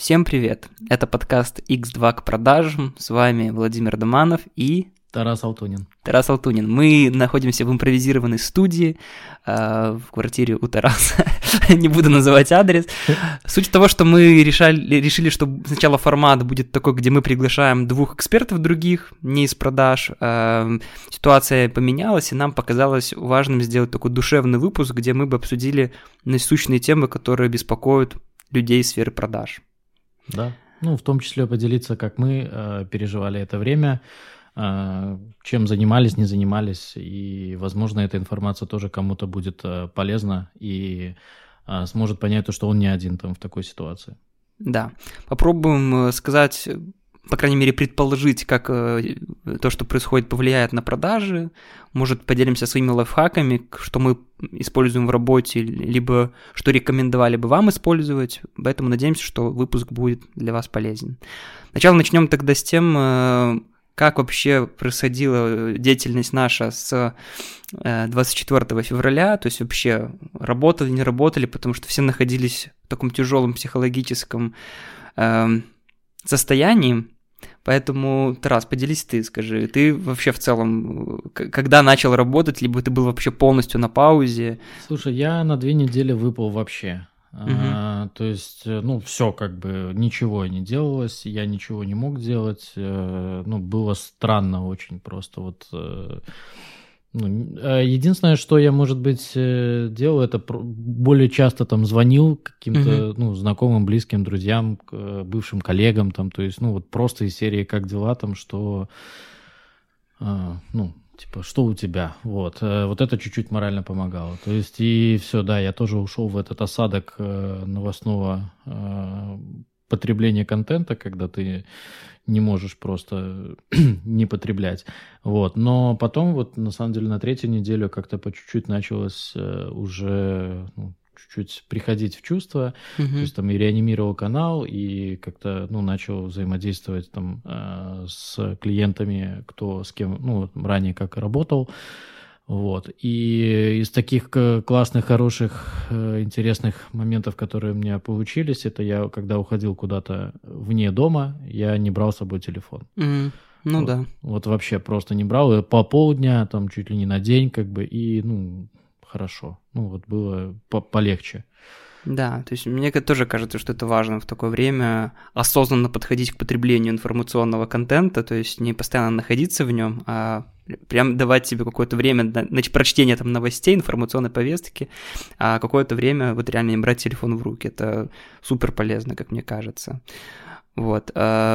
Всем привет! Это подкаст X2 к продажам. С вами Владимир Доманов и... Тарас Алтунин. Мы находимся в импровизированной студии в квартире у Тараса. Не буду называть адрес. Суть того, что мы решили, что сначала формат будет такой, где мы приглашаем двух экспертов других, не из продаж. Ситуация поменялась, и нам показалось важным сделать такой душевный выпуск, где мы бы обсудили насущные темы, которые беспокоят людей из сферы продаж. Да, в том числе поделиться, как мы переживали это время, чем занимались, не занимались, и, возможно, эта информация тоже кому-то будет полезна и сможет понять то, что он не один там в такой ситуации. Да, попробуем сказать, по крайней мере, предположить, как то, что происходит, повлияет на продажи. Может, поделимся своими лайфхаками, что мы используем в работе, либо что рекомендовали бы вам использовать. Поэтому надеемся, что выпуск будет для вас полезен. Сначала начнем тогда с тем, как вообще происходила деятельность наша с 24 февраля, то есть вообще работали, не работали, потому что все находились в таком тяжелом психологическом состоянии. Поэтому, Тарас, поделись ты, скажи, ты вообще в целом, когда начал работать, либо ты был вообще полностью на паузе? Слушай, я на 2 недели выпал вообще. То есть, все как бы, ничего не делалось, я ничего не мог делать, было странно очень просто вот. Единственное, что я, может быть, делал, это более часто там звонил каким-то, знакомым, близким, друзьям, бывшим коллегам, там, то есть, просто из серии «Как дела?» там, что, что у тебя? Вот это чуть-чуть морально помогало. То есть, и все, да, я тоже ушел в этот осадок новостного потребления контента, когда ты не можешь просто не потреблять. Вот. Но потом, на самом деле, на 3-ю неделю как-то по чуть-чуть началось уже чуть-чуть приходить в чувство. То есть там и реанимировал канал, и как-то начал взаимодействовать там с клиентами, кто с кем ранее как работал. Вот. И из таких классных, хороших, интересных моментов, которые у меня получились, это я, когда уходил куда-то вне дома, я не брал с собой телефон. Да. Вот вообще просто не брал. И по полдня, там чуть ли не на день, как бы, и, хорошо. Было полегче. Да, то есть мне тоже кажется, что это важно в такое время осознанно подходить к потреблению информационного контента, то есть не постоянно находиться в нем, а прям давать себе какое-то время на прочтение там новостей, информационной повестки, а какое-то время реально не брать телефон в руки. Это супер полезно, как мне кажется. Вот,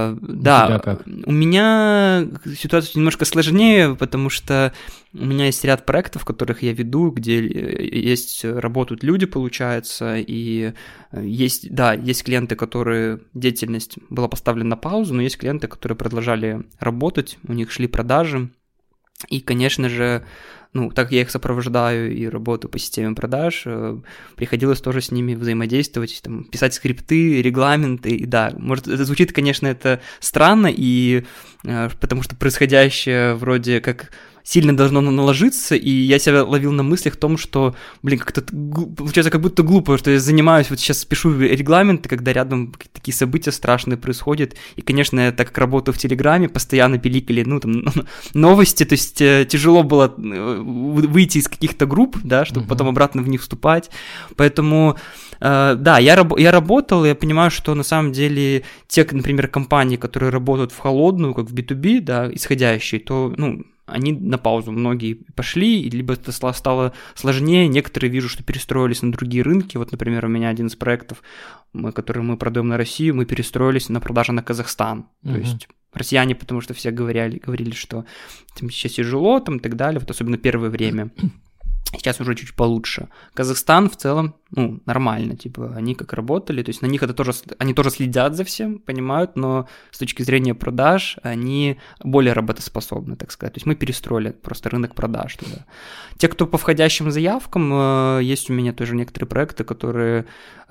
да, у меня ситуация немножко сложнее, потому что у меня есть ряд проектов, которых я веду, где работают люди, получается, и есть клиенты, которые деятельность была поставлена на паузу, но есть клиенты, которые продолжали работать, у них шли продажи, и, конечно же, так как я их сопровождаю и работаю по системе продаж, приходилось тоже с ними взаимодействовать, там, писать скрипты, регламенты, и да, может, это звучит, конечно, это странно, и потому что происходящее вроде как сильно должно наложиться, и я себя ловил на мыслях в том, что, как-то получается как будто глупо, что я занимаюсь, сейчас пишу регламенты, когда рядом такие события страшные происходят, и, конечно, я, так как работаю в Телеграме, постоянно пиликали, новости, то есть тяжело было выйти из каких-то групп, да, чтобы потом обратно в них вступать, поэтому, да, я работал, и я понимаю, что на самом деле те, например, компании, которые работают в холодную, как в B2B, да, исходящие, то, они на паузу многие пошли, либо это стало сложнее, некоторые вижу, что перестроились на другие рынки, например, у меня один из проектов, который мы продаем на Россию, мы перестроились на продажи на Казахстан, то есть россияне, потому что все говорили, что сейчас тяжело, там, и так далее, особенно первое время. Сейчас уже чуть получше. Казахстан в целом, нормально, они как работали, то есть на них они тоже следят за всем, понимают, но с точки зрения продаж они более работоспособны, так сказать. То есть мы перестроили просто рынок продаж туда. Те, кто по входящим заявкам, есть у меня тоже некоторые проекты, которые,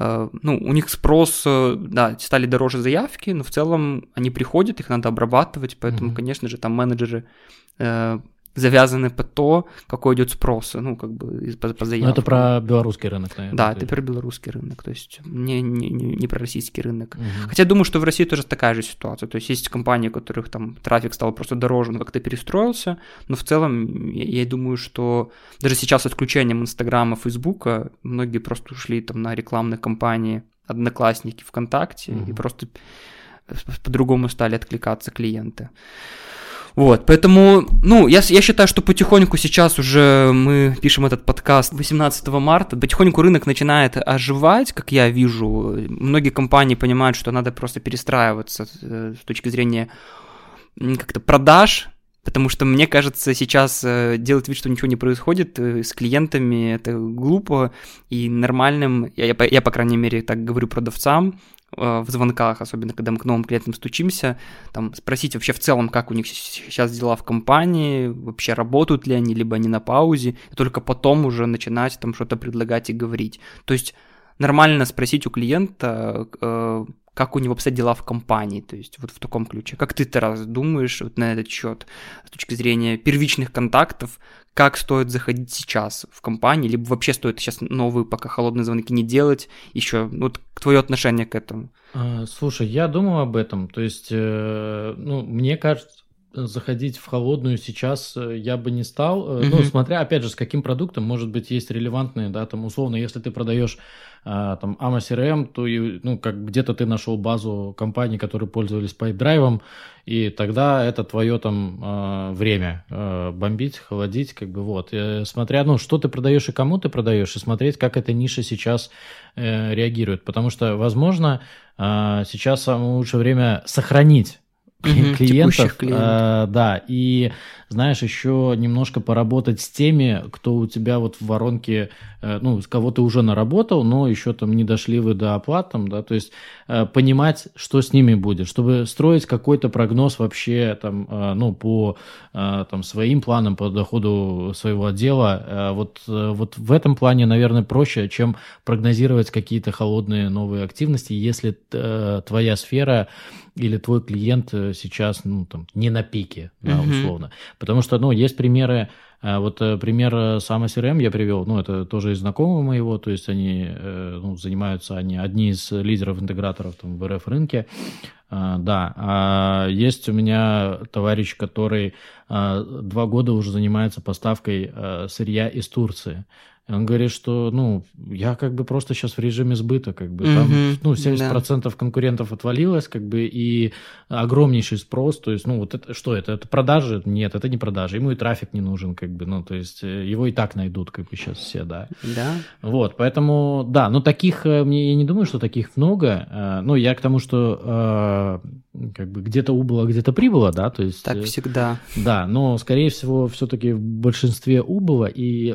у них спрос, да, стали дороже заявки, но в целом они приходят, их надо обрабатывать, поэтому, конечно же, там менеджеры завязаны под то, какой идет спрос, ну, как бы по заявкам. Ну, это про белорусский рынок, наверное. Да, это про белорусский рынок, то есть не про российский рынок. Хотя я думаю, что в России тоже такая же ситуация, то есть компании, у которых там трафик стал просто дороже, он как-то перестроился, но в целом я думаю, что даже сейчас с отключением Инстаграма, Фейсбука многие просто ушли там на рекламные кампании Одноклассники, ВКонтакте и просто по-другому стали откликаться клиенты. Вот, поэтому, ну, я считаю, что потихоньку сейчас уже мы пишем этот подкаст 18 марта, потихоньку рынок начинает оживать, как я вижу. Многие компании понимают, что надо просто перестраиваться с точки зрения как-то продаж, потому что, мне кажется, сейчас делать вид, что ничего не происходит с клиентами, это глупо и нормальным, я по крайней мере, так говорю продавцам, в звонках, особенно когда мы к новым клиентам стучимся, там, спросить вообще в целом, как у них сейчас дела в компании, вообще работают ли они, либо они на паузе, и только потом уже начинать там что-то предлагать и говорить. То есть нормально спросить у клиента, как у него обстоят дела в компании, то есть вот в таком ключе. Как ты, Тарас, думаешь вот на этот счет с точки зрения первичных контактов, как стоит заходить сейчас в компании, либо вообще стоит сейчас новые пока холодные звонки не делать еще? Вот твое отношение к этому. Слушай, я думал об этом, то есть, ну, мне кажется, заходить в холодную сейчас я бы не стал, ну, смотря, опять же, с каким продуктом, может быть, есть релевантные, да, там, условно, если ты продаешь там AMA CRM, то, ну, как где-то ты нашел базу компаний, которые пользовались PipeDrive, и тогда это твое там время бомбить, холодить, как бы вот. Смотря, ну, что ты продаешь и кому ты продаешь, и смотреть, как эта ниша сейчас реагирует, потому что, возможно, сейчас самое лучшее время сохранить клиентов, да, и, знаешь, еще немножко поработать с теми, кто у тебя вот в воронке, ну, с кого ты уже наработал, но еще там не дошли вы до оплат, там, да, то есть понимать, что с ними будет, чтобы строить какой-то прогноз вообще там, ну, по там своим планам, по доходу своего отдела, вот в этом плане, наверное, проще, чем прогнозировать какие-то холодные новые активности, если твоя сфера или твой клиент сейчас, ну, там, не на пике, да, условно. Потому что, ну, есть примеры, вот пример с AMA CRM я привел, ну, это тоже из знакомого моего, то есть они, ну, занимаются, они одни из лидеров-интеграторов там в РФ-рынке, да. Есть у меня товарищ, который 2 года уже занимается поставкой сырья из Турции. Он говорит, что, ну, я как бы просто сейчас в режиме сбыта, как бы, там, ну, 70% конкурентов отвалилось, как бы, и огромнейший спрос, то есть, ну, вот это, что это продажи? Нет, это не продажи, ему и трафик не нужен, как бы, ну, то есть, его и так найдут, как бы, сейчас все, да. Да. Вот, поэтому, да, но таких, я не думаю, что таких много, ну, я к тому, что, как бы, где-то убыло, где-то прибыло, да, то есть... Так всегда. Да, но, скорее всего, все-таки в большинстве убыло, и...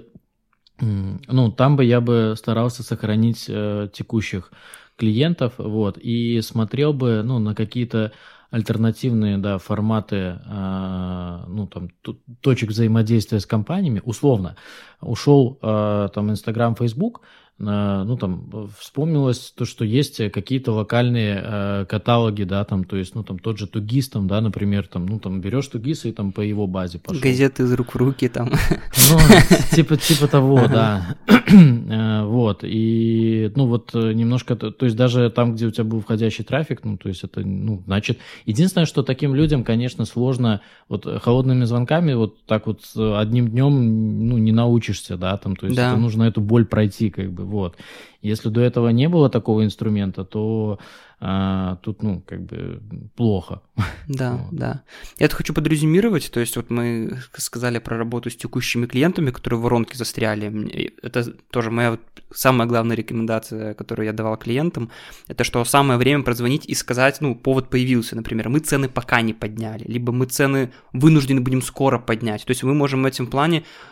Ну, там бы я бы старался сохранить текущих клиентов, вот, и смотрел бы, ну, на какие-то альтернативные, да, форматы, ну, там, точек взаимодействия с компаниями. Условно, ушел там Инстаграм, Фейсбук, ну, там, вспомнилось то, что есть какие-то локальные каталоги, да, там, то есть, ну, там, тот же Тугис, там, да, например, там, ну, там, берешь Тугис и там по его базе пошел. Газеты из рук в руки, там. Ну, типа того, да. Вот, и, ну, вот, немножко, то есть, даже там, где у тебя был входящий трафик, ну, то есть, это, ну, значит, единственное, что таким людям, конечно, сложно, вот, холодными звонками, вот так вот, одним днем, ну, не научишься, да, там, то есть, это нужно эту боль пройти, как бы, вот. Если до этого не было такого инструмента, то тут, ну, как бы плохо. Да, вот. Да. Я тут хочу подрезюмировать, то есть вот мы сказали про работу с текущими клиентами, которые в воронке застряли. Это тоже моя вот самая главная рекомендация, которую я давал клиентам, это что самое время прозвонить и сказать, ну, повод появился, например, мы цены пока не подняли, либо мы цены вынуждены будем скоро поднять. То есть мы можем в этом плане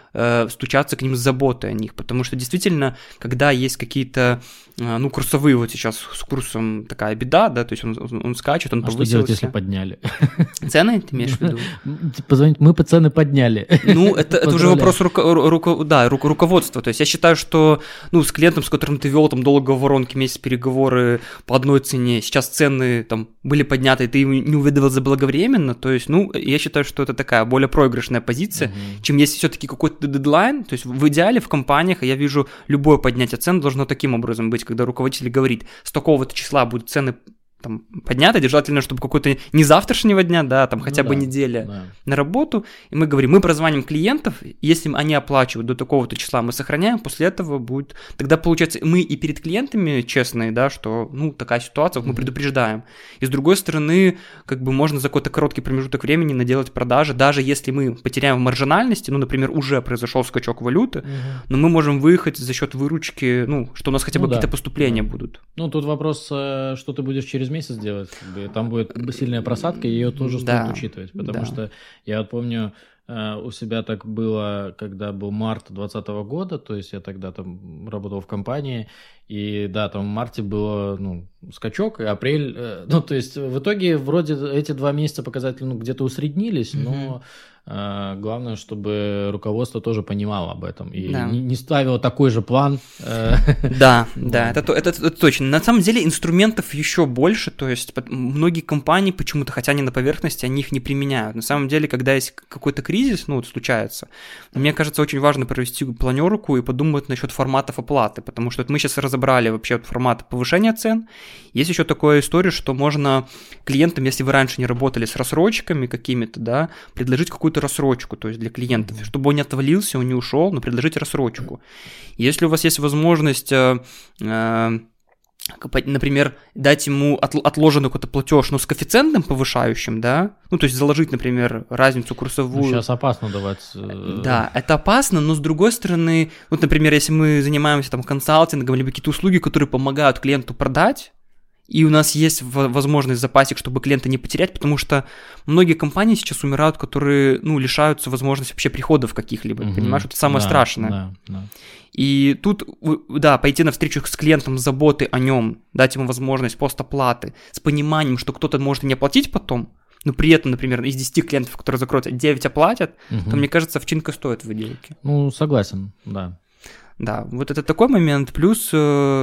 стучаться к ним с заботой о них, потому что действительно, когда есть какие-то, курсовые, вот сейчас с курсом такая беда, да, то есть он скачет, он повысился. Что делать, если подняли? Цены, ты имеешь в виду? Позвонить, мы по цены подняли. Ну, это уже вопрос руководства, то есть я считаю, что, с клиентом, с которым ты вел там долго в воронке, месяц переговоры по одной цене, сейчас цены там были подняты, и ты не уведомил заблаговременно, то есть, я считаю, что это такая более проигрышная позиция, чем если все-таки какой-то дедлайн, то есть в идеале в компаниях я вижу любое поднятие цен должно таким образом быть, когда руководитель говорит, с такого-то числа будут цены там подняты, желательно, чтобы какой-то не завтрашнего дня, да, там хотя бы неделя на работу, и мы говорим, мы прозваниваем клиентов, если они оплачивают до такого-то числа, мы сохраняем, после этого будет, тогда получается, мы и перед клиентами честные, да, что, такая ситуация, мы предупреждаем, и с другой стороны, как бы можно за какой-то короткий промежуток времени наделать продажи, даже если мы потеряем в маржинальности, например, уже произошел скачок валюты, но мы можем выехать за счет выручки, что у нас хотя бы какие-то поступления будут. Тут вопрос, что ты будешь через месяц делать, там будет сильная просадка, и ее тоже стоит учитывать, потому что я помню, у себя так было, когда был март 2020 года, то есть я тогда там работал в компании, и там в марте было, скачок, и апрель, то есть в итоге вроде эти 2 месяца показатели, где-то усреднились, но главное, чтобы руководство тоже понимало об этом и не ставило такой же план. Да, это точно. На самом деле инструментов еще больше, то есть многие компании почему-то, хотя они на поверхности, они их не применяют. На самом деле, когда есть какой-то кризис, случается, мне кажется, очень важно провести планерку и подумать насчет форматов оплаты, потому что мы сейчас разобрали вообще формат повышения цен. Есть еще такая история, что можно клиентам, если вы раньше не работали с рассрочками какими-то, да, предложить какую-то рассрочку, то есть для клиентов, чтобы он не отвалился, он не ушел, но предложить рассрочку. Если у вас есть возможность, например, дать ему отложенный какой-то платеж, но с коэффициентом повышающим, да, то есть заложить, например, разницу курсовую. Сейчас опасно давать. Да, это опасно, но с другой стороны, например, если мы занимаемся там консалтингом, либо какие-то услуги, которые помогают клиенту продать, и у нас есть возможность запасик, чтобы клиента не потерять, потому что многие компании сейчас умирают, которые, лишаются возможности вообще приходов каких-либо, понимаешь, это самое страшное. Да. И тут, пойти навстречу с клиентом с заботой о нем, дать ему возможность постоплаты, с пониманием, что кто-то может и не оплатить потом, но при этом, например, из 10 клиентов, которые закроются, 9 оплатят, то, мне кажется, овчинка стоит в отделке. Согласен, да. Да, вот это такой момент. Плюс,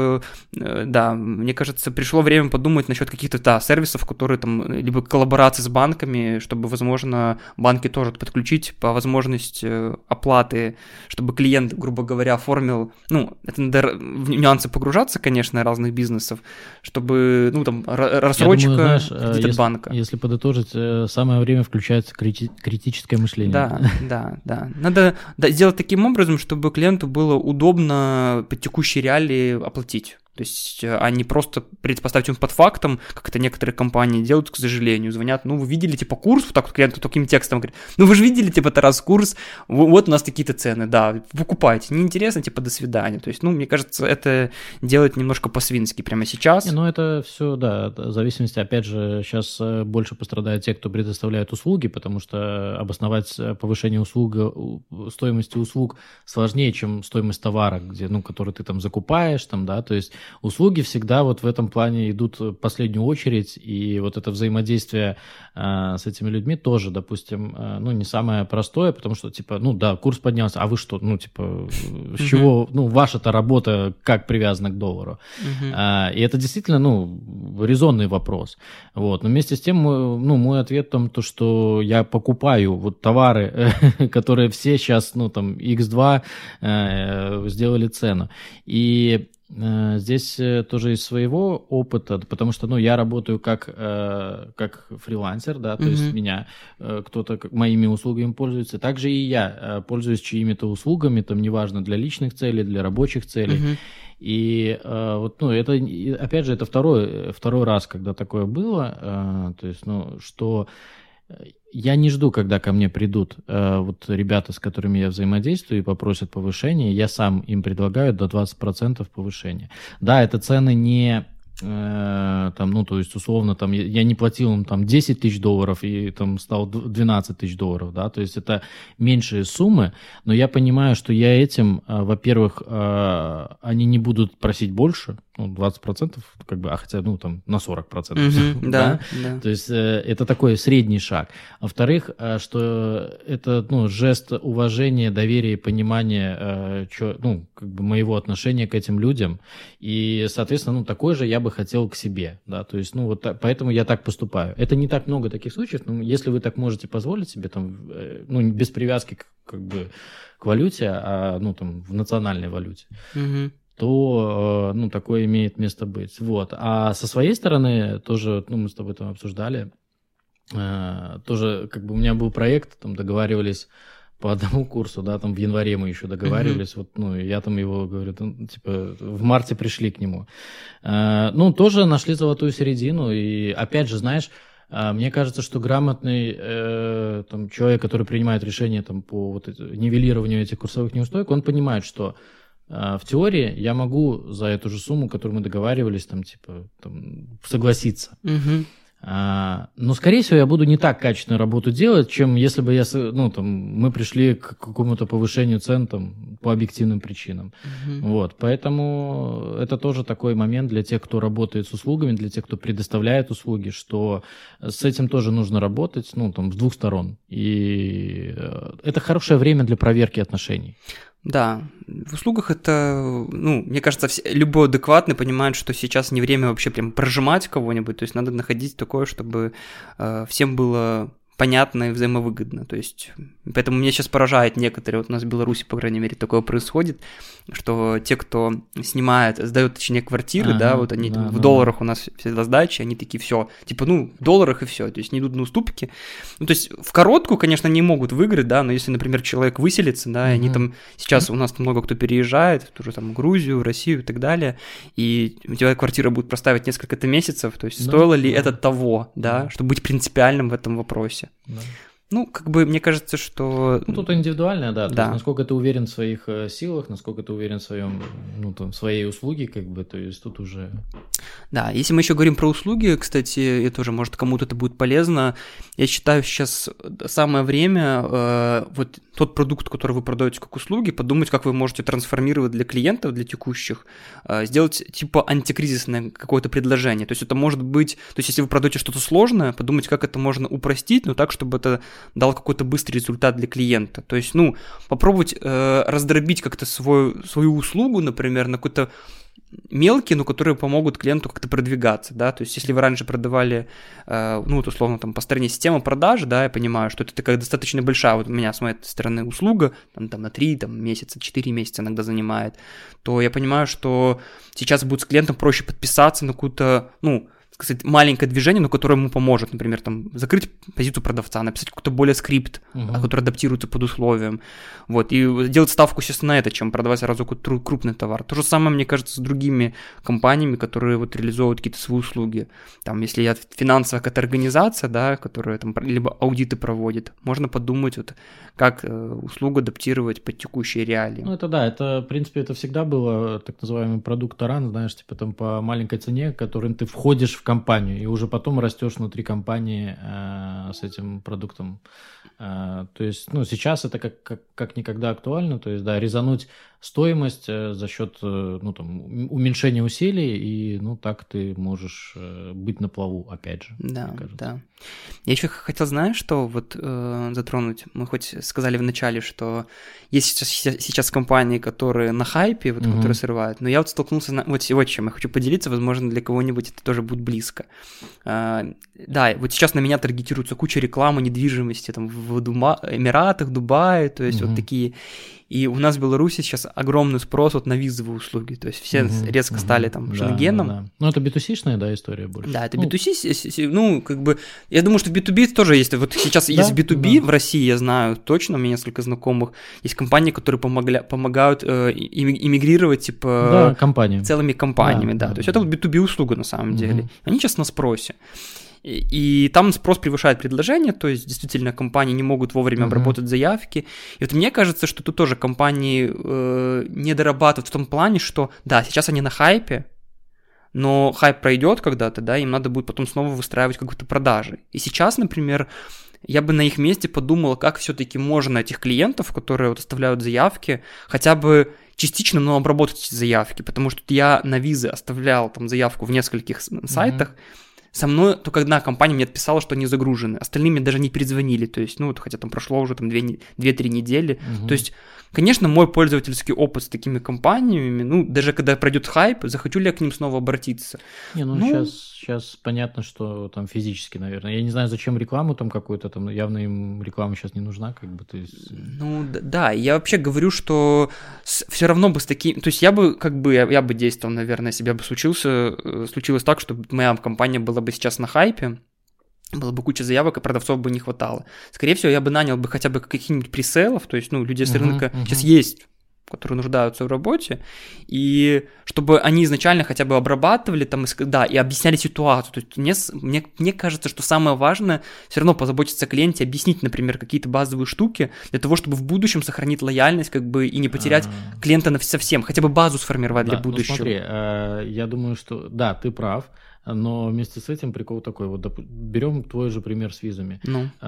мне кажется, пришло время подумать насчет каких-то сервисов, которые там, либо коллаборации с банками, чтобы, возможно, банки тоже подключить по возможности оплаты, чтобы клиент, грубо говоря, оформил, это надо в нюансы погружаться, конечно, разных бизнесов, чтобы, рассрочка, я думаю, знаешь, банка. Если подытожить, самое время включается критическое мышление. Да. Надо сделать таким образом, чтобы клиенту было удобно под текущие реалии оплатить. То есть, а не просто предпоставить ему под фактом, как это некоторые компании делают, к сожалению, звонят, вы видели, курс, вот так вот клиенту таким текстом говорит, вы же видели, Тарас, курс, вот у нас такие-то цены, да, покупайте, неинтересно, до свидания. То есть, мне кажется, это делать немножко по-свински прямо сейчас. Это все, в зависимости, опять же, сейчас больше пострадают те, кто предоставляет услуги, потому что обосновать повышение стоимости услуг сложнее, чем стоимость товара, который ты там закупаешь, то есть услуги всегда вот в этом плане идут в последнюю очередь, и вот это взаимодействие с этими людьми тоже, допустим, не самое простое, потому что, курс поднялся, а вы что, с чего, ваша-то работа как привязана к доллару? И это действительно, резонный вопрос. Вот. Но вместе с тем, мой ответ в том, что я покупаю товары, которые все сейчас, X2 сделали цену. И здесь тоже из своего опыта, потому что, я работаю как фрилансер, да, то есть меня кто-то моими услугами пользуется, также и я пользуюсь чьими-то услугами, неважно, для личных целей, для рабочих целей. И это, опять же, это второй раз, когда такое было, то есть, что я не жду, когда ко мне придут ребята, с которыми я взаимодействую, и попросят повышения, я сам им предлагаю до 20% повышения. Да, это цены не там, ну, то есть, условно, там, я не платил им там 10 тысяч долларов и там стал 12 тысяч долларов, да, то есть это меньшие суммы, но я понимаю, что я этим, во-первых, они не будут просить больше, ну, 20%, как бы, а хотя, ну, там, на 40%, да? То есть это такой средний шаг. Во-вторых, что это, ну, жест уважения, доверия и понимания, ну, как бы моего отношения к этим людям, и, соответственно, ну, такой же я бы хотел к себе, да, то есть, ну, вот поэтому я так поступаю. Это не так много таких случаев, но если вы так можете позволить себе, там, ну, без привязки как бы к валюте, а, ну, там, в национальной валюте, то, ну, такое имеет место быть. Вот. А со своей стороны тоже, ну, мы с тобой там обсуждали, тоже, как бы, у меня был проект, там договаривались по одному курсу, да, там в январе мы еще договаривались, вот, ну, я там его, говорю, там, типа, в марте пришли к нему. Ну, тоже нашли золотую середину, и, опять же, знаешь, мне кажется, что грамотный там, человек, который принимает решения там, по вот нивелированию этих курсовых неустойок, он понимает, что в теории я могу за эту же сумму, которую мы договаривались, там, типа, там, согласиться. Но, скорее всего, я буду не так качественную работу делать, чем если бы ну, там, мы пришли к какому-то повышению цен там, по объективным причинам. Вот, поэтому это тоже такой момент для тех, кто работает с услугами, для тех, кто предоставляет услуги, что с этим тоже нужно работать, ну, там, с двух сторон. И это хорошее время для проверки отношений. Да, в услугах это, ну, мне кажется, любой адекватный понимает, что сейчас не время вообще прям прожимать кого-нибудь, то есть надо находить такое, чтобы всем было понятно и взаимовыгодно, то есть, поэтому меня сейчас поражает некоторые, вот у нас в Беларуси, по крайней мере, такое происходит, что те, кто снимает, сдает, точнее, квартиры, да, вот они в долларах у нас всегда сдачи, они такие, все, типа, ну, в долларах и все, то есть не идут на уступки, ну, то есть в короткую, конечно, не могут выиграть, да, но если, например, человек выселится, да, и они там, сейчас у нас много кто переезжает, в ту же там Грузию, Россию и так далее, и у тебя квартира будет проставить несколько месяцев, то есть стоило ли это того, да, чтобы быть принципиальным в этом вопросе. Ну, как бы, мне кажется, что... Ну, тут индивидуально, да. То есть, насколько ты уверен в своих силах, насколько ты уверен в своем, ну, там, своей услуге, как бы, то есть тут уже... Да, если мы еще говорим про услуги, кстати, это тоже, может, кому-то это будет полезно, я считаю, сейчас самое время вот тот продукт, который вы продаете как услуги, подумать, как вы можете трансформировать для клиентов, для текущих, сделать, типа, антикризисное какое-то предложение. То есть это может быть... То есть если вы продаете что-то сложное, подумать, как это можно упростить, но так, чтобы это дал какой-то быстрый результат для клиента. То есть, ну, попробовать раздробить как-то свою услугу, например, на какой-то мелкие, но которые помогут клиенту как-то продвигаться, да, то есть если вы раньше продавали, ну, вот условно, там, по стороне системы продаж, да, я понимаю, что это такая достаточно большая, вот у меня с моей стороны услуга, там на 3 месяца, 4 месяца иногда занимает, то я понимаю, что сейчас будет с клиентом проще подписаться на какую-то, ну, сказать, маленькое движение, но которое ему поможет, например, там, закрыть позицию продавца, написать какой-то более скрипт, который адаптируется под условиям, вот, и делать ставку, естественно, на это, чем продавать сразу какой-то крупный товар. То же самое, мне кажется, с другими компаниями, которые вот реализовывают какие-то свои услуги. Там, если я финансовая какая-то организация, да, которая там либо аудиты проводит, можно подумать, вот, как услугу адаптировать под текущие реалии. Ну, это да, это, в принципе, это всегда было так называемый продукт таран, знаешь, типа там по маленькой цене, которым ты входишь в компанию, и уже потом растешь внутри компании с этим продуктом. То есть, ну, сейчас это как никогда актуально, то есть, да, резануть стоимость за счет, ну, там, уменьшения усилий, и, ну, так ты можешь быть на плаву, опять же. Да, да. Я еще хотел, знаешь, что вот затронуть, мы хоть сказали в начале, что есть сейчас компании, которые на хайпе, вот, которые срывают, но я вот столкнулся, вот сегодня, чем я хочу поделиться, возможно, для кого-нибудь это тоже будет близко. Да, вот сейчас на меня таргетируется куча рекламы недвижимости там в Эмиратах, Дубае, то есть вот такие. И у нас в Беларуси сейчас огромный спрос вот на визовые услуги, то есть все резко стали там шенгеном. Да. Ну, это B2C-шная, да, история больше. Да, это B2C, ну, как бы, я думаю, что в B2B тоже есть, вот сейчас есть B2B в России, я знаю точно, у меня несколько знакомых, есть компании, которые помогают иммигрировать, типа, целыми компаниями, да, то есть это вот B2B услуга на самом деле, они сейчас на спросе. И там спрос превышает предложение, то есть действительно компании не могут вовремя обработать заявки. И вот мне кажется, что тут тоже компании не дорабатывают в том плане, что да, сейчас они на хайпе, но хайп пройдет когда-то, да, им надо будет потом снова выстраивать какие-то продажи. И сейчас, например, я бы на их месте подумал, как все-таки можно этих клиентов, которые вот оставляют заявки, хотя бы частично, но обработать эти заявки, потому что я на визы оставлял там заявку в нескольких сайтах, со мной только одна компания мне отписала, что они загружены, остальные мне даже не перезвонили, то есть, ну, хотя там прошло уже там 2-3 недели, то есть, конечно, мой пользовательский опыт с такими компаниями, ну, даже когда пройдет хайп, захочу ли я к ним снова обратиться? Сейчас понятно, что там физически, наверное. Я не знаю, зачем рекламу там какую-то, там явно им реклама сейчас не нужна, как бы, то есть... Ну, да, я вообще говорю, что все равно бы с таким... То есть я бы действовал, наверное, если бы случилось так, что моя компания была бы сейчас на хайпе, было бы куча заявок, и продавцов бы не хватало. Скорее всего, я бы нанял бы хотя бы каких-нибудь пресейлов, то есть, ну, людей с рынка сейчас есть, которые нуждаются в работе, и чтобы они изначально хотя бы обрабатывали там, и объясняли ситуацию. То есть мне кажется, что самое важное все равно позаботиться о клиенте, объяснить, например, какие-то базовые штуки для того, чтобы в будущем сохранить лояльность, как бы, и не потерять клиента совсем, хотя бы базу сформировать для будущего. Ну, смотри, я думаю, что да, ты прав. Но вместе с этим прикол такой, вот берем твой же пример с визами.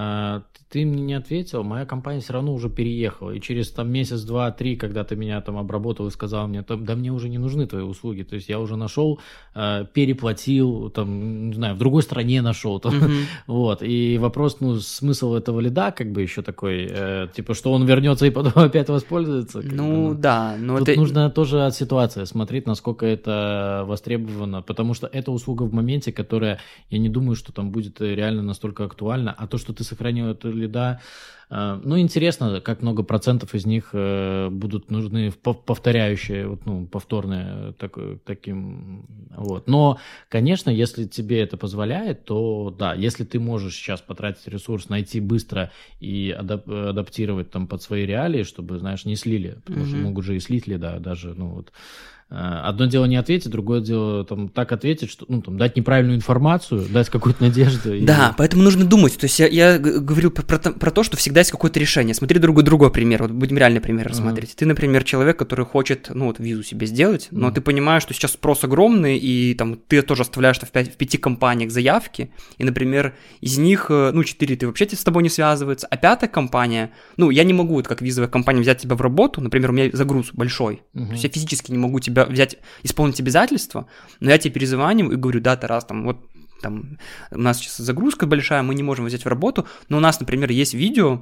Ты мне не ответил, моя компания все равно уже переехала, и через там месяц, 2, 3, когда ты меня там обработал и сказал мне, да мне уже не нужны твои услуги, то есть я уже нашел, переплатил, там, не знаю, в другой стране нашел, вот, и вопрос, ну, смысл этого лида, как бы еще такой, типа, что он вернется и потом опять воспользуется. Да, но тут нужно тоже от ситуации смотреть, насколько это востребовано, потому что эта услуга в моменте, которая, я не думаю, что там будет реально настолько актуальна, а то, что ты сохранил эту лида, ну, интересно, как много процентов из них будут нужны повторяющие, вот, ну, повторные таким, вот. Но, конечно, если тебе это позволяет, то да, если ты можешь сейчас потратить ресурс, найти быстро и адаптировать там под свои реалии, чтобы, знаешь, не слили, потому что могут же и слить лида, даже, ну, вот. Одно дело не ответить, другое дело там так ответить, что, ну, там, дать неправильную информацию, дать какую-то надежду. Да, поэтому нужно думать. То есть я говорю про то, что всегда есть какое-то решение. Смотри другой пример. Вот будем реальный пример рассматривать. Ты, например, человек, который хочет, ну, вот визу себе сделать, но ты понимаешь, что сейчас спрос огромный, и там ты тоже оставляешь в 5 компаниях заявки, и, например, из них, ну, 4 ты вообще с тобой не связываются, а 5-я компания, ну, я не могу, вот, как визовая компания, взять тебя в работу, например, у меня загруз большой, то есть я физически не могу тебя взять, исполнить обязательства, но я тебе перезваниваю и говорю, да, Тарас, там, вот, там, у нас сейчас загрузка большая, мы не можем взять в работу, но у нас, например, есть видео,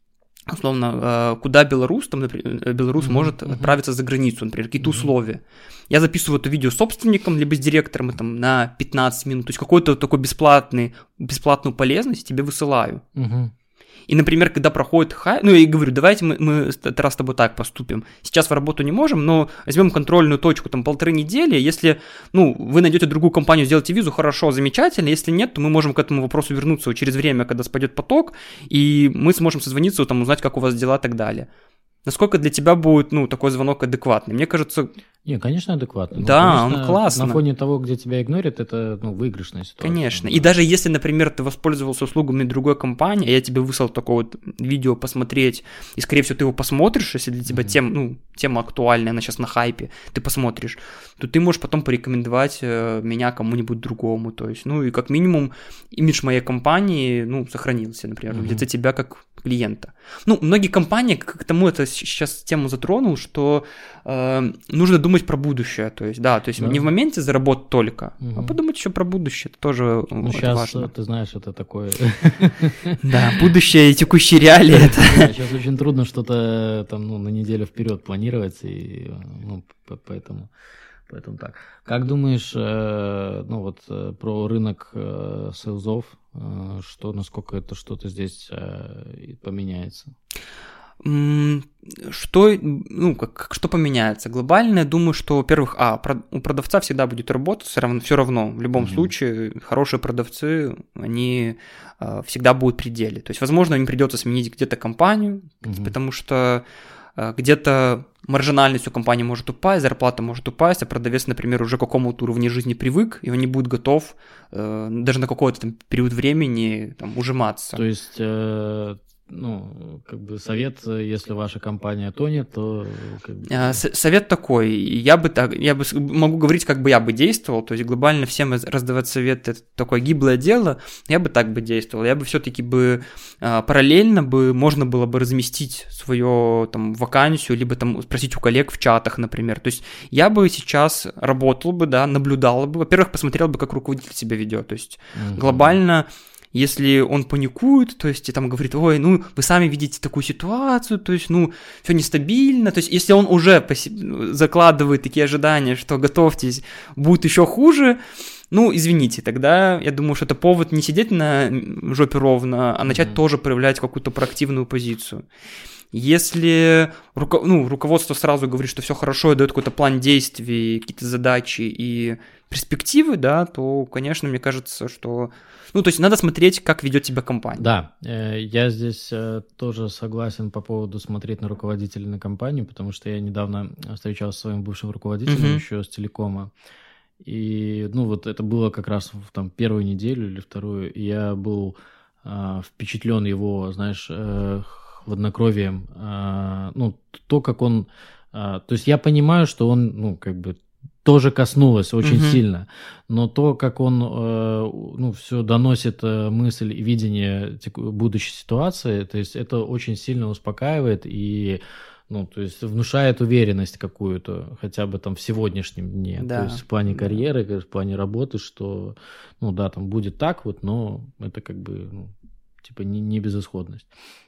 условно, куда белорус, там, например, белорус может отправиться за границу, например, какие-то условия. Я записываю это видео с собственником, либо с директором там, на 15 минут, то есть какую-то такую бесплатную полезность тебе высылаю. И, например, когда проходит хайп, ну, я и говорю, давайте мы раз с тобой так поступим. Сейчас в работу не можем, но возьмем контрольную точку, там, 1,5 недели. Если, ну, вы найдете другую компанию, сделаете визу, хорошо, замечательно. Если нет, то мы можем к этому вопросу вернуться вот через время, когда спадет поток, и мы сможем созвониться, там, узнать, как у вас дела и так далее. Насколько для тебя будет, ну, такой звонок адекватный? Мне кажется... Не, конечно, адекватно. Да, конечно, он классно. На фоне того, где тебя игнорят, это, ну, выигрышная ситуация. Конечно. И даже если, например, ты воспользовался услугами другой компании, я тебе выслал такое вот видео посмотреть, и, скорее всего, ты его посмотришь, если для тебя тема актуальная, она сейчас на хайпе, ты посмотришь, то ты можешь потом порекомендовать меня кому-нибудь другому. То есть, ну, и как минимум имидж моей компании, ну, сохранился, например, в лице тебя как клиента. Ну, многие компании, к тому это сейчас тему затронул, что нужно думать про будущее, то есть, да, то есть не в моменте заработать только, а подумать еще про будущее, это тоже ну, это сейчас, важно. Ты знаешь, это такое... Да, будущее и текущие реалии. Сейчас очень трудно что-то там, ну, на неделю вперед планировать, и, ну, поэтому так. Как думаешь, ну, вот про рынок сейлзов, что, насколько это что-то здесь поменяется? Что поменяется? Глобально, я думаю, что, во-первых, у продавца всегда будет работа, все равно, в любом случае, хорошие продавцы, они всегда будут в пределе. То есть, возможно, им придется сменить где-то компанию, потому что где-то маржинальность у компании может упасть, зарплата может упасть, а продавец, например, уже к какому-то уровню жизни привык, и он не будет готов даже на какой-то там период времени там, ужиматься. То есть как бы совет, если ваша компания тонет, то... Совет такой, могу говорить, как бы я бы действовал, то есть глобально всем раздавать совет — это такое гиблое дело, я бы так бы действовал, я бы все-таки параллельно можно было бы разместить свою там вакансию, либо там спросить у коллег в чатах, например, то есть я бы сейчас работал бы, да, наблюдал бы, во-первых, посмотрел бы, как руководитель себя ведет, то есть глобально... Если он паникует, то есть и там говорит: ой, вы сами видите такую ситуацию, то есть, все нестабильно, то есть если он уже закладывает такие ожидания, что готовьтесь, будет еще хуже, извините, тогда я думаю, что это повод не сидеть на жопе ровно, а начать тоже проявлять какую-то проактивную позицию. Если руководство сразу говорит, что все хорошо, и дает какой-то план действий, какие-то задачи и перспективы, да, то, конечно, мне кажется, что... то есть надо смотреть, как ведет себя компания. Да, я здесь тоже согласен по поводу смотреть на руководителя, на компанию, потому что я недавно встречался с своим бывшим руководителем еще с телекома. И, это было как раз в первую неделю или вторую, и я был впечатлен его, знаешь, хладнокровием. То, как он... То есть я понимаю, что он, тоже коснулось очень сильно, но то, как он все доносит мысль и видение будущей ситуации, то есть это очень сильно успокаивает и то есть внушает уверенность какую-то, хотя бы там в сегодняшнем дне, то есть в плане карьеры, в плане работы, что, там будет так но это как бы, не безысходность.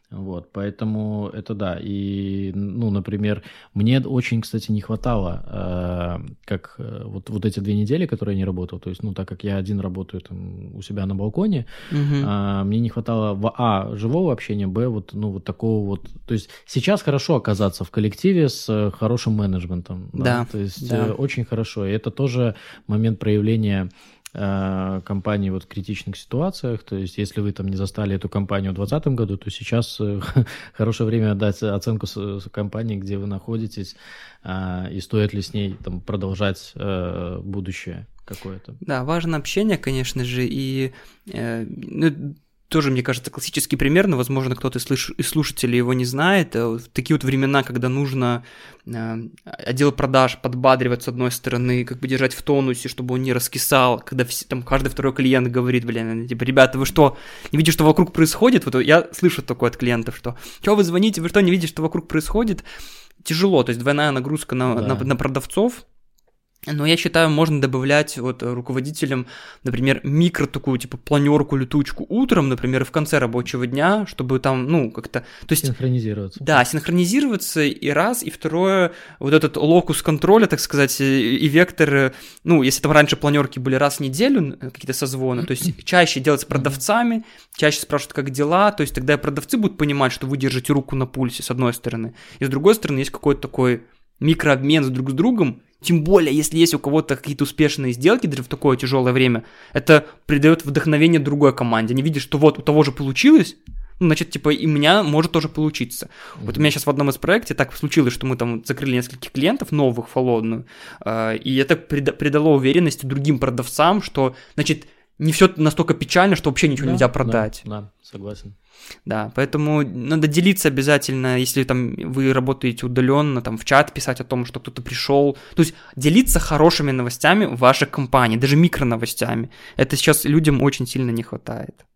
Поэтому это да. И, например, мне очень, кстати, не хватало, как вот эти 2 недели, которые я не работал, то есть, так как я один работаю там у себя на балконе, мне не хватало, живого общения, такого то есть сейчас хорошо оказаться в коллективе с хорошим менеджментом, да, то есть очень хорошо, и это тоже момент проявления компании в критичных ситуациях, то есть если вы там не застали эту компанию в 2020 году, то сейчас хорошее время отдать оценку компании, где вы находитесь, и стоит ли с ней там продолжать будущее какое-то. Да, важно общение, конечно же, и тоже, мне кажется, классический пример, но, возможно, кто-то из слушателей его не знает. В такие времена, когда нужно отдел продаж подбадривать с одной стороны, как бы держать в тонусе, чтобы он не раскисал, когда каждый второй клиент говорит: ребята, вы что, не видите, что вокруг происходит? Я слышу такое от клиентов, что вы звоните, вы что, не видите, что вокруг происходит? Тяжело, то есть двойная нагрузка на продавцов. Но я считаю, можно добавлять руководителям, например, такую, планерку, летучку утром, например, в конце рабочего дня, чтобы там, как-то... То есть, синхронизироваться. Да, синхронизироваться, и раз, и второе, этот локус контроля, так сказать, и вектор, если там раньше планерки были раз в неделю, какие-то созвоны, то есть чаще делать с продавцами, чаще спрашивают, как дела, то есть тогда и продавцы будут понимать, что вы держите руку на пульсе, с одной стороны, и с другой стороны есть какой-то такой микрообмен друг с другом. Тем более, если есть у кого-то какие-то успешные сделки даже в такое тяжелое время, это придает вдохновение другой команде. Они видят, что у того же получилось, значит, и у меня может тоже получиться. У меня сейчас в одном из проектов так случилось, что мы там закрыли нескольких клиентов новых в холодную, и это придало уверенности другим продавцам, что, значит, не все настолько печально, что вообще ничего нельзя продать. Да, согласен. Да, поэтому надо делиться обязательно, если там вы работаете удаленно, там в чат писать о том, что кто-то пришел. То есть делиться хорошими новостями в вашей компании, даже микроновостями. Это сейчас людям очень сильно не хватает.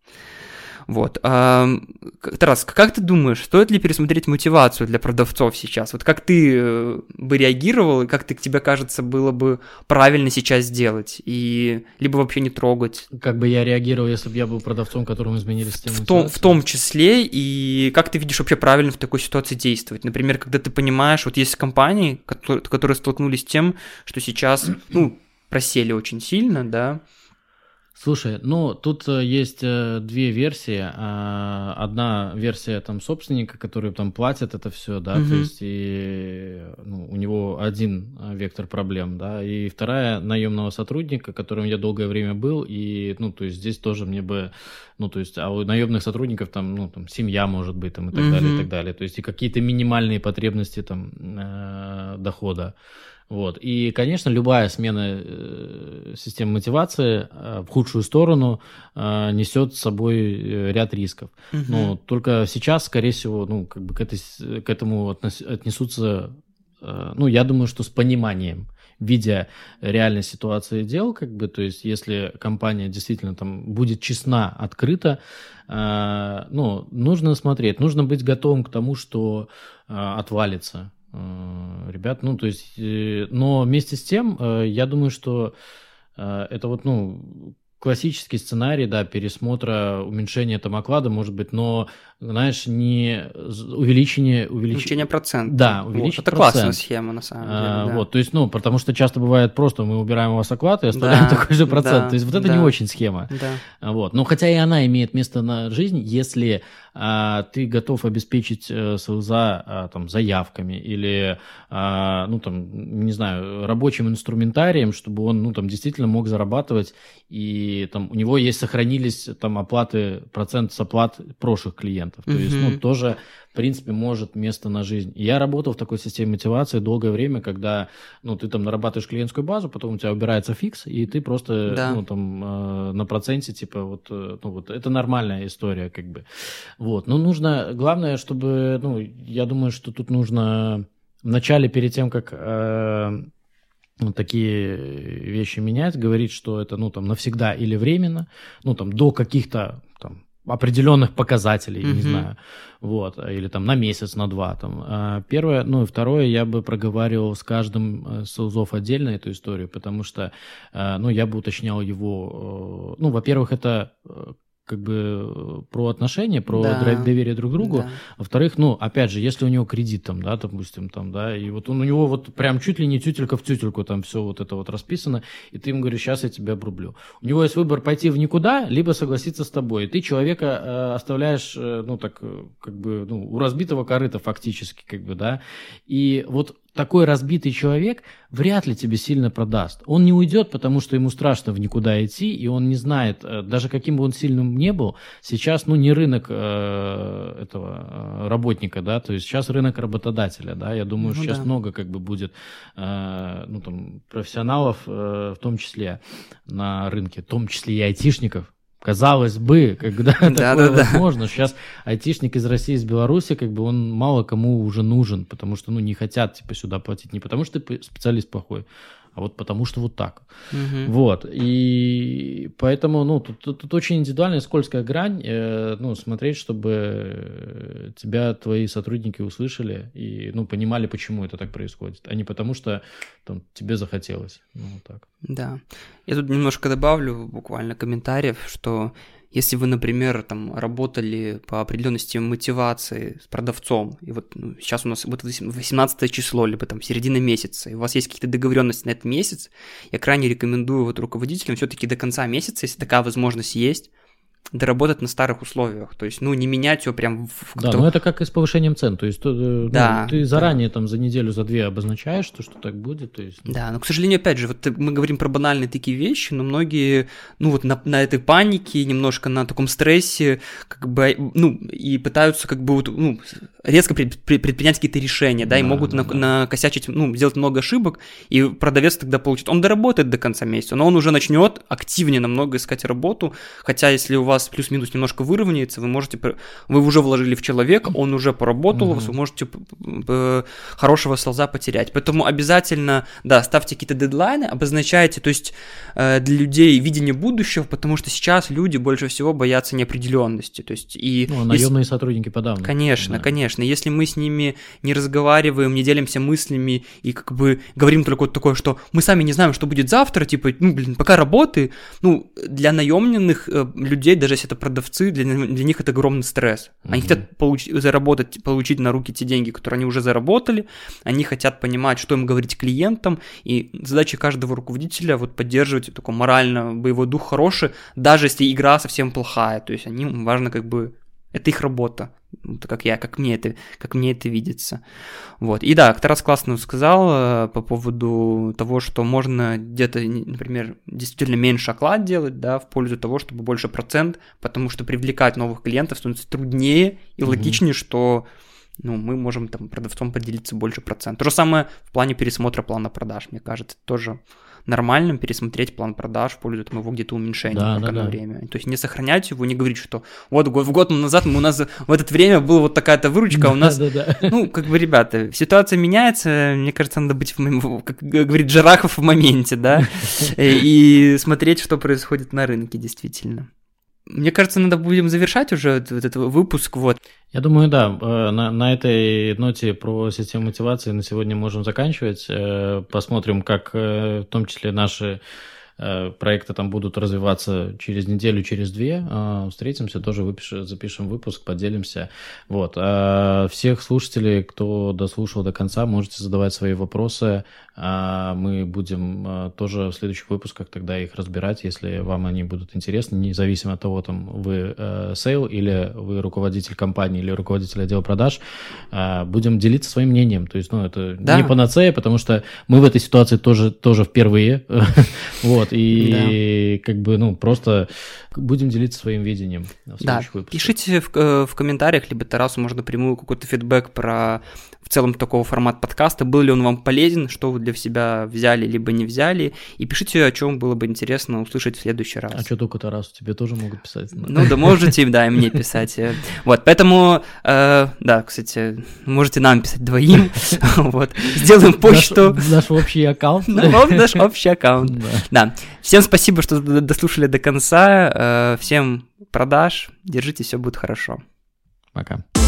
Тарас, как ты думаешь, стоит ли пересмотреть мотивацию для продавцов сейчас? Как ты бы реагировал, и как тебе кажется, было бы правильно сейчас сделать? И либо вообще не трогать? Как бы я реагировал, если бы я был продавцом, которому изменили систему мотивации? В том числе, и как ты видишь вообще правильно в такой ситуации действовать? Например, когда ты понимаешь, есть компании, которые столкнулись с тем, что сейчас, просели очень сильно, да? Слушай, тут есть 2 версии. Одна версия там собственника, который там платит это все, да, то есть и у него один вектор проблем, да, и вторая наемного сотрудника, которым я долгое время был, и то есть здесь тоже мне бы, то есть, а у наемных сотрудников там, там семья может быть там и так далее, и так далее, то есть и какие-то минимальные потребности там дохода. Вот. И, конечно, любая смена системы мотивации в худшую сторону несет с собой ряд рисков. Но только сейчас, скорее всего, ну, как бы к этому отнесутся, ну, я думаю, что с пониманием, видя реальной ситуации дел, как бы, то есть если компания действительно там будет честна, открыта, ну, нужно смотреть, нужно быть готовым к тому, что отвалится. Ребят, ну, то есть, но вместе с тем, я думаю, что это вот, ну, классический сценарий, да, пересмотра, уменьшения там оклада, может быть, но, знаешь, не увеличение процента. Да, увеличить вот, это процент. классная схема, на самом деле. Да. Вот, то есть, ну, потому что часто бывает просто, мы убираем у вас оклад и оставляем такой же процент. То есть, вот это не очень схема. Да. Вот, но хотя и она имеет место на жизнь, если ты готов обеспечить селза там заявками или, ну, там, не знаю, рабочим инструментарием, чтобы он, ну, там, действительно мог зарабатывать, и там у него сохранились там оплаты, процент с оплат прошлых клиентов. То есть, ну, тоже, в принципе, может место на жизнь. И я работал в такой системе мотивации долгое время, когда, ну, ты там нарабатываешь клиентскую базу, потом у тебя убирается фикс, и ты просто, ну, там, на проценте, типа, вот, ну, вот, это нормальная история, как бы. Вот, ну, нужно, главное, чтобы, ну, я думаю, что тут нужно вначале, перед тем, как такие вещи менять, говорить, что это, ну, там, навсегда или временно, ну, там, до каких-то, там, определенных показателей, не знаю, вот, или там на месяц, на два, там. Первое, ну, и второе, я бы проговаривал с каждым селзов отдельно эту историю, потому что, ну, я бы уточнял его, ну, во-первых, это как бы про отношения, про доверие друг к другу. Да. Во-вторых, ну, опять же, если у него кредит там, да, допустим, там, да, и вот он, у него вот прям чуть ли не тютелька в тютельку там все вот это вот расписано, и ты ему говоришь, сейчас я тебя обрублю. У него есть выбор пойти в никуда, либо согласиться с тобой. И ты человека оставляешь, ну, так, как бы, ну, у разбитого корыта фактически, как бы, да. И вот такой разбитый человек вряд ли тебе сильно продаст. Он не уйдет, потому что ему страшно в никуда идти, и он не знает, даже каким бы он сильным не был, сейчас, ну, не рынок этого работника, да, то есть сейчас рынок работодателя, да, я думаю, что сейчас много как бы будет, ну, там, профессионалов, в том числе на рынке, в том числе и айтишников. Казалось бы, когда такое возможно. Сейчас айтишник из России, из Беларуси, как бы он мало кому уже нужен, потому что, ну, не хотят, типа, сюда платить. Не потому что ты специалист плохой, а вот потому что вот так. Вот. И поэтому, ну, тут очень индивидуальная скользкая грань, ну, смотреть, чтобы тебя твои сотрудники услышали и, ну, понимали, почему это так происходит, а не потому что там тебе захотелось. Ну, вот так. Да. Я тут немножко добавлю буквально комментариев, что если вы, например, там работали по определенной системе мотивации с продавцом, и вот сейчас у нас вот 18 число, либо там середина месяца, и у вас есть какие-то договоренности на этот месяц, я крайне рекомендую вот руководителям все-таки до конца месяца, если такая возможность есть, доработать на старых условиях, то есть, ну, не менять его прям... Да, ну это как и с повышением цен, то есть ты заранее там за неделю, за две обозначаешь, что так будет, то есть... Да, но, к сожалению, опять же, вот мы говорим про банальные такие вещи, но многие, ну, вот на этой панике, немножко на таком стрессе, как бы, ну, и пытаются, как бы, вот, ну, резко предпринять какие-то решения, да, и могут накосячить, ну, сделать много ошибок, и продавец тогда получит, он доработает до конца месяца, но он уже начнет активнее намного искать работу, хотя если у вас плюс-минус немножко выровняется, вы уже вложили в человека, он уже поработал, вы можете хорошего селза потерять. Поэтому обязательно, да, ставьте какие-то дедлайны, обозначайте, то есть для людей видение будущего, потому что сейчас люди больше всего боятся неопределенности. То есть, и наемные сотрудники подавно. Конечно, да. Конечно. Если мы с ними не разговариваем, не делимся мыслями и как бы говорим только вот такое, что мы сами не знаем, что будет завтра, типа, ну, блин, пока работы, ну, для наемных людей, даже если это продавцы, для них это огромный стресс. Они хотят получить на руки те деньги, которые они уже заработали, они хотят понимать, что им говорить клиентам, и задача каждого руководителя вот поддерживать такой морально боевой дух хороший, даже если игра совсем плохая, то есть им важно как бы, это их работа, как мне это видится. Вот. И да, Тарас классно сказал по поводу того, что можно где-то, например, действительно меньше оклад делать, да, в пользу того, чтобы больше процент, потому что привлекать новых клиентов становится труднее и логичнее, что ну, мы можем там продавцом поделиться больше процентов. То же самое в плане пересмотра плана продаж, мне кажется, тоже нормально пересмотреть план продаж в пользу там, его где-то уменьшения на время. То есть не сохранять его, не говорить, что вот в год назад у нас в это время была вот такая-то выручка, а у нас, ну, как бы, ребята, ситуация меняется, мне кажется, надо быть, как говорит Джарахов, в моменте, да, и смотреть, что происходит на рынке, действительно. Мне кажется, надо будем завершать уже этот выпуск, вот. Я думаю, да, на этой ноте про систему мотивации на сегодня можем заканчивать. Посмотрим, как в том числе наши проекты там будут развиваться через неделю, через две. Встретимся, тоже запишем выпуск, поделимся. Вот. Всех слушателей, кто дослушал до конца, можете задавать свои вопросы. Мы будем тоже в следующих выпусках тогда их разбирать, если вам они будут интересны, независимо от того, там вы сейл или вы руководитель компании или руководитель отдела продаж. Будем делиться своим мнением. То есть, ну, это не панацея, потому что мы в этой ситуации тоже впервые. Вот. И как бы, ну, просто будем делиться своим видением в следующих выпусках. Пишите в комментариях, либо Тарасу можно напрямую какой-то фидбэк про в целом такого формат подкаста, был ли он вам полезен, что вы для себя взяли, либо не взяли, и пишите, о чем было бы интересно услышать в следующий раз. А что только Тарасу, тебе тоже могут писать? Ну да, можете, да, и мне писать. Вот, поэтому, да, кстати, можете нам писать двоим, вот, сделаем почту. Наш общий аккаунт. Наш общий аккаунт, да. Всем спасибо, что дослушали до конца, всем продаж, держите, все будет хорошо. Пока.